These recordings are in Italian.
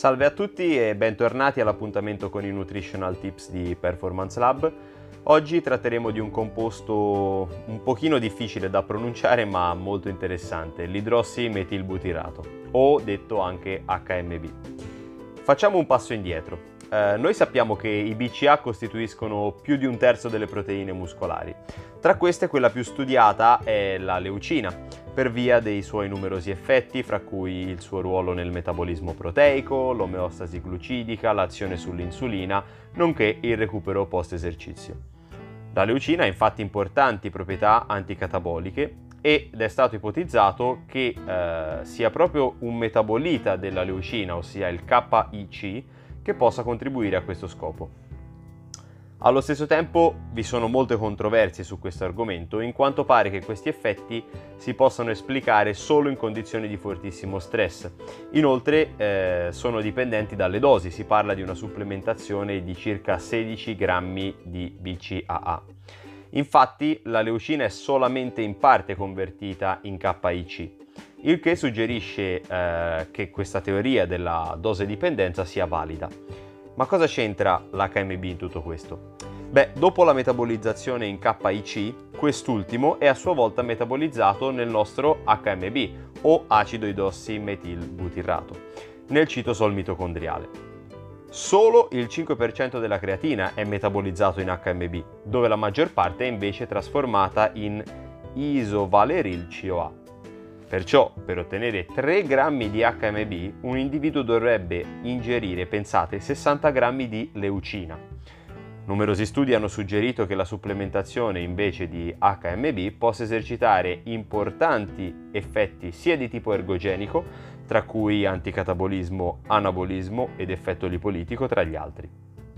Salve a tutti e bentornati all'appuntamento con i Nutritional Tips di Performance Lab. Oggi tratteremo di un composto un pochino difficile da pronunciare ma molto interessante, l'idrossimetilbutirato, o detto anche HMB. Facciamo un passo indietro. Noi sappiamo che i BCA costituiscono più di un terzo delle proteine muscolari. Tra queste quella più studiata è la leucina, per via dei suoi numerosi effetti, fra cui il suo ruolo nel metabolismo proteico, l'omeostasi glucidica, l'azione sull'insulina, nonché il recupero post-esercizio. La leucina ha infatti importanti proprietà anticataboliche ed è stato ipotizzato che sia proprio un metabolita della leucina, ossia il KIC, che possa contribuire a questo scopo. Allo stesso tempo vi sono molte controversie su questo argomento, in quanto pare che questi effetti si possano esplicare solo in condizioni di fortissimo stress. Inoltre sono dipendenti dalle dosi, si parla di una supplementazione di circa 16 grammi di BCAA. Infatti la leucina è solamente in parte convertita in KIC, il che suggerisce che questa teoria della dose dipendenza sia valida. Ma cosa c'entra l'HMB in tutto questo? Beh, dopo la metabolizzazione in KIC, quest'ultimo è a sua volta metabolizzato nel nostro HMB, o acido idrossimetilbutirato, nel citosol mitocondriale. Solo il 5% della creatina è metabolizzato in HMB, dove la maggior parte è invece trasformata in isovaleryl-CoA. Perciò, per ottenere 3 grammi di HMB, un individuo dovrebbe ingerire, pensate, 60 grammi di leucina. Numerosi studi hanno suggerito che la supplementazione invece di HMB possa esercitare importanti effetti sia di tipo ergogenico, tra cui anticatabolismo, anabolismo ed effetto lipolitico, tra gli altri.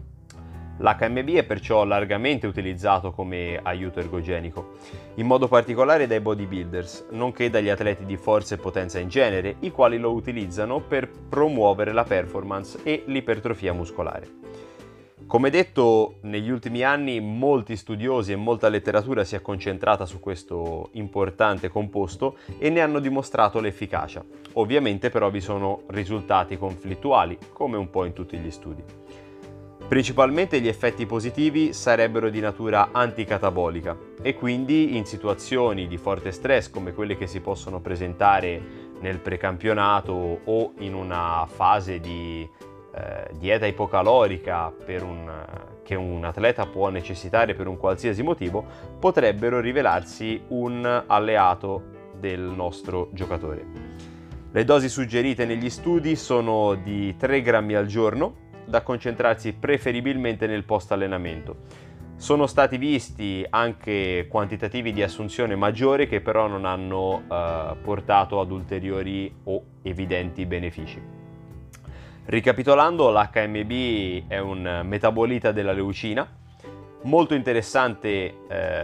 L'HMB è perciò largamente utilizzato come aiuto ergogenico, in modo particolare dai bodybuilders, nonché dagli atleti di forza e potenza in genere, i quali lo utilizzano per promuovere la performance e l'ipertrofia muscolare. Come detto, negli ultimi anni molti studiosi e molta letteratura si è concentrata su questo importante composto e ne hanno dimostrato l'efficacia. Ovviamente però vi sono risultati conflittuali, come un po' in tutti gli studi. Principalmente gli effetti positivi sarebbero di natura anticatabolica e quindi in situazioni di forte stress come quelle che si possono presentare nel precampionato o in una fase di dieta ipocalorica che un atleta può necessitare per un qualsiasi motivo, potrebbero rivelarsi un alleato del nostro giocatore. Le dosi suggerite negli studi sono di 3 grammi al giorno, da concentrarsi preferibilmente nel post-allenamento. Sono stati visti anche quantitativi di assunzione maggiori che però non hanno portato ad ulteriori o evidenti benefici. Ricapitolando, l'HMB è un metabolita della leucina, molto interessante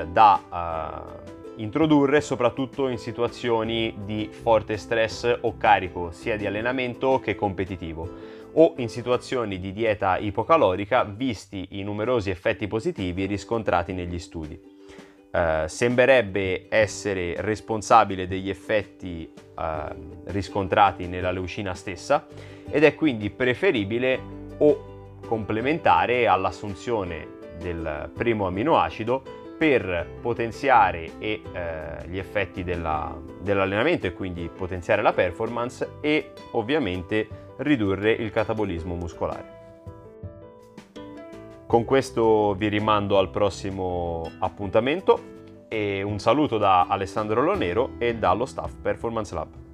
da introdurre soprattutto in situazioni di forte stress o carico sia di allenamento che competitivo, o in situazioni di dieta ipocalorica, visti i numerosi effetti positivi riscontrati negli studi. Sembrerebbe essere responsabile degli effetti riscontrati nella leucina stessa ed è quindi preferibile o complementare all'assunzione del primo aminoacido per potenziare gli effetti dell'allenamento e quindi potenziare la performance e ovviamente ridurre il catabolismo muscolare. Con questo vi rimando al prossimo appuntamento e un saluto da Alessandro Lonero e dallo staff Performance Lab.